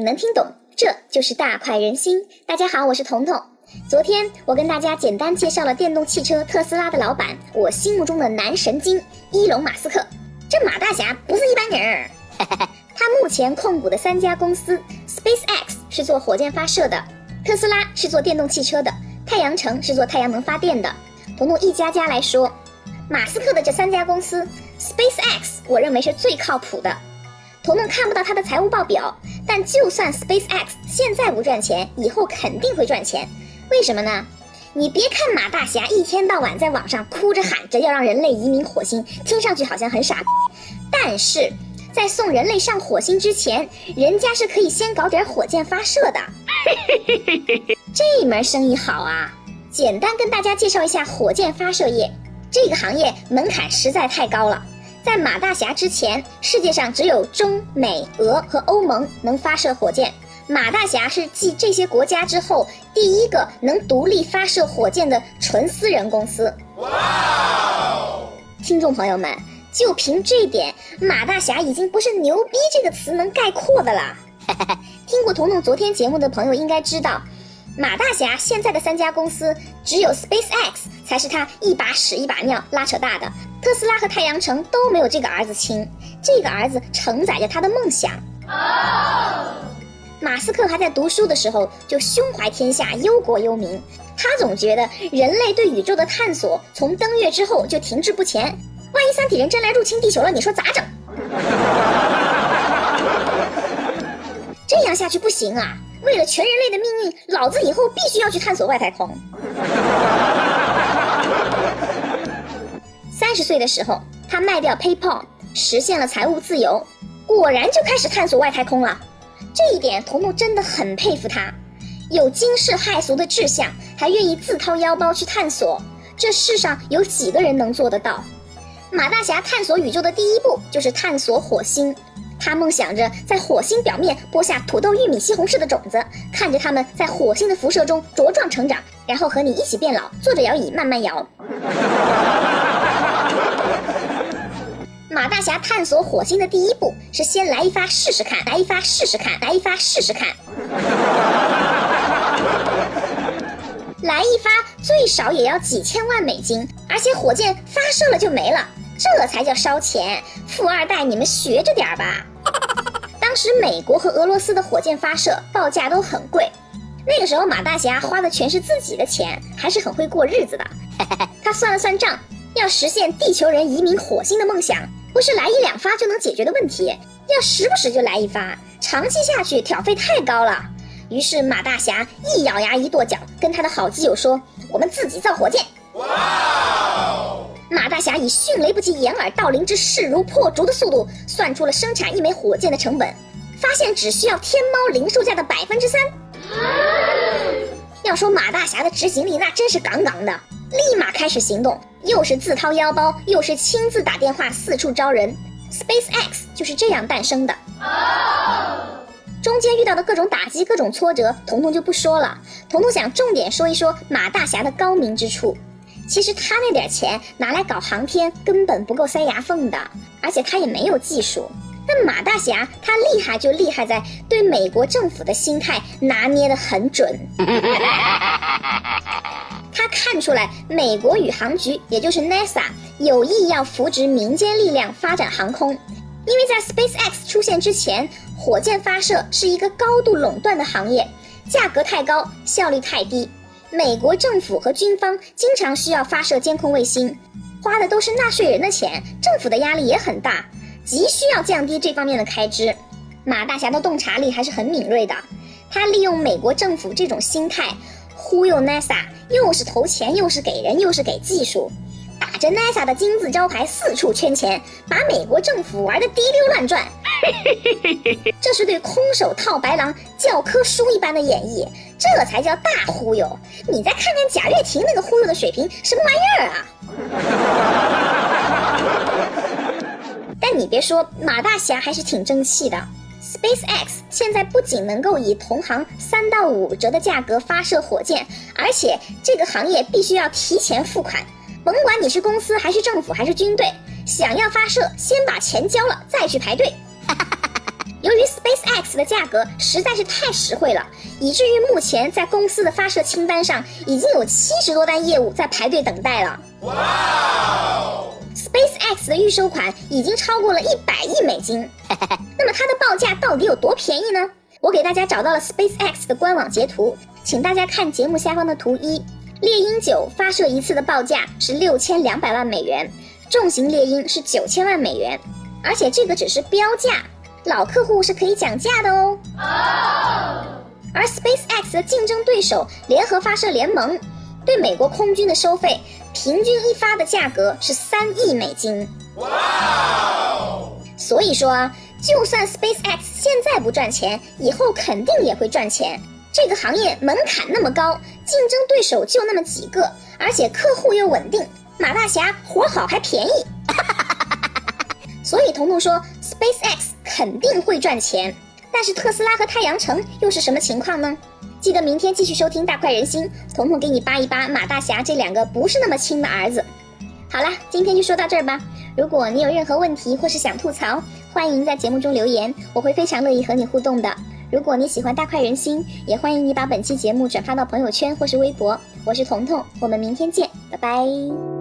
能听懂，这就是大快人心。大家好，我是彤彤。昨天我跟大家简单介绍了电动汽车特斯拉的老板，我心目中的男神经伊隆马斯克。这马大侠不是一般人他目前控股的3家公司 SpaceX 是做火箭发射的，特斯拉是做电动汽车的，太阳城是做太阳能发电的。从一家家来说，马斯克的这3家公司 SpaceX 我认为是最靠谱的。彤彤看不到他的财务报表，但就算 SpaceX 现在不赚钱，以后肯定会赚钱。为什么呢？你别看马大侠一天到晚在网上哭着喊着要让人类移民火星，听上去好像很傻，但是在送人类上火星之前，人家是可以先搞点火箭发射的这门生意好啊。简单跟大家介绍一下火箭发射业，这个行业门槛实在太高了。在马大侠之前，世界上只有中美俄和欧盟能发射火箭，马大侠是继这些国家之后第一个能独立发射火箭的纯私人公司。听众朋友们，就凭这点，马大侠已经不是牛逼这个词能概括的了听过彤彤昨天节目的朋友应该知道，马大侠现在的3家公司只有 SpaceX 才是他一把屎一把尿拉扯大的，特斯拉和太阳城都没有这个儿子亲，这个儿子承载着他的梦想。马斯克还在读书的时候就胸怀天下，忧国忧民，他总觉得人类对宇宙的探索从登月之后就停滞不前，万一3体人真来入侵地球了，你说咋整？这样下去不行啊，为了全人类的命运，老子以后必须要去探索外太空。30岁的时候，他卖掉 PayPal， 实现了财务自由，果然就开始探索外太空了。这一点彤彤真的很佩服他，有惊世骇俗的志向，还愿意自掏腰包去探索，这世上有几个人能做得到？马大侠探索宇宙的第一步就是探索火星，他梦想着在火星表面播下土豆、玉米、西红柿的种子，看着它们在火星的辐射中茁壮成长，然后和你一起变老，坐着摇椅慢慢摇。马大侠探索火星的第一步是先来一发试试看，来一发试试看，来一发试试看。来一发最少也要几千万美金，而且火箭发射了就没了，这才叫烧钱。富二代你们学着点吧。当时美国和俄罗斯的火箭发射报价都很贵，那个时候马大侠花的全是自己的钱，还是很会过日子的。他算了算账，要实现地球人移民火星的梦想，不是来1-2发就能解决的问题，要时不时就来一发，长期下去挑费太高了。于是马大侠一咬牙一跺脚，跟他的好基友说，我们自己造火箭。马大侠以迅雷不及掩耳盗铃之势如破竹的速度算出了生产1枚火箭的成本，发现只需要天猫零售价的3%。要说马大侠的执行力那真是杠杠的，立马开始行动，又是自掏腰包，又是亲自打电话四处招人， SpaceX 就是这样诞生的。中间遇到的各种打击，各种挫折，彤彤就不说了。彤彤想重点说一说马大侠的高明之处。其实他那点钱拿来搞航天根本不够塞牙缝的，而且他也没有技术。但马大侠他厉害就厉害在对美国政府的心态拿捏得很准。他看出来美国宇航局也就是 NASA 有意要扶植民间力量发展航空，因为在 SpaceX 出现之前，火箭发射是一个高度垄断的行业，价格太高，效率太低。美国政府和军方经常需要发射监控卫星，花的都是纳税人的钱，政府的压力也很大，急需要降低这方面的开支。马大侠的洞察力还是很敏锐的，他利用美国政府这种心态忽悠 NASA， 又是投钱又是给人又是给技术，打着 NASA 的金字招牌四处圈钱，把美国政府玩得滴溜乱转。这是对空手套白狼教科书一般的演绎，这才叫大忽悠。你再看看贾跃亭那个忽悠的水平，什么玩意儿啊？但你别说，马大侠还是挺争气的。SpaceX 现在不仅能够以同行3到5折的价格发射火箭，而且这个行业必须要提前付款，甭管你是公司还是政府还是军队，想要发射先把钱交了再去排队。 由于 SpaceX 的价格实在是太实惠了，以至于目前在公司的发射清单上已经有70多单业务在排队等待了。SpaceX 的预收款已经超过了100亿美金。那么它的报价到底有多便宜呢？我给大家找到了 SpaceX 的官网截图，请大家看节目下方的图1。猎鹰9发射一次的报价是6200万美元，重型猎鹰是9000万美元，而且这个只是标价，老客户是可以讲价的哦。而 SpaceX 的竞争对手联合发射联盟对美国空军的收费，平均一发的价格是3亿美金。所以说，就算 SpaceX 现在不赚钱，以后肯定也会赚钱。这个行业门槛那么高，竞争对手就那么几个，而且客户又稳定，马大侠活好还便宜。所以彤彤说 SpaceX 肯定会赚钱，但是特斯拉和太阳城又是什么情况呢？记得明天继续收听大快人心，彤彤给你扒一扒马大侠这2个不是那么亲的儿子。好啦，今天就说到这儿吧。如果你有任何问题或是想吐槽，欢迎在节目中留言，我会非常乐意和你互动的。如果你喜欢大快人心，也欢迎你把本期节目转发到朋友圈或是微博。我是彤彤，我们明天见，拜拜。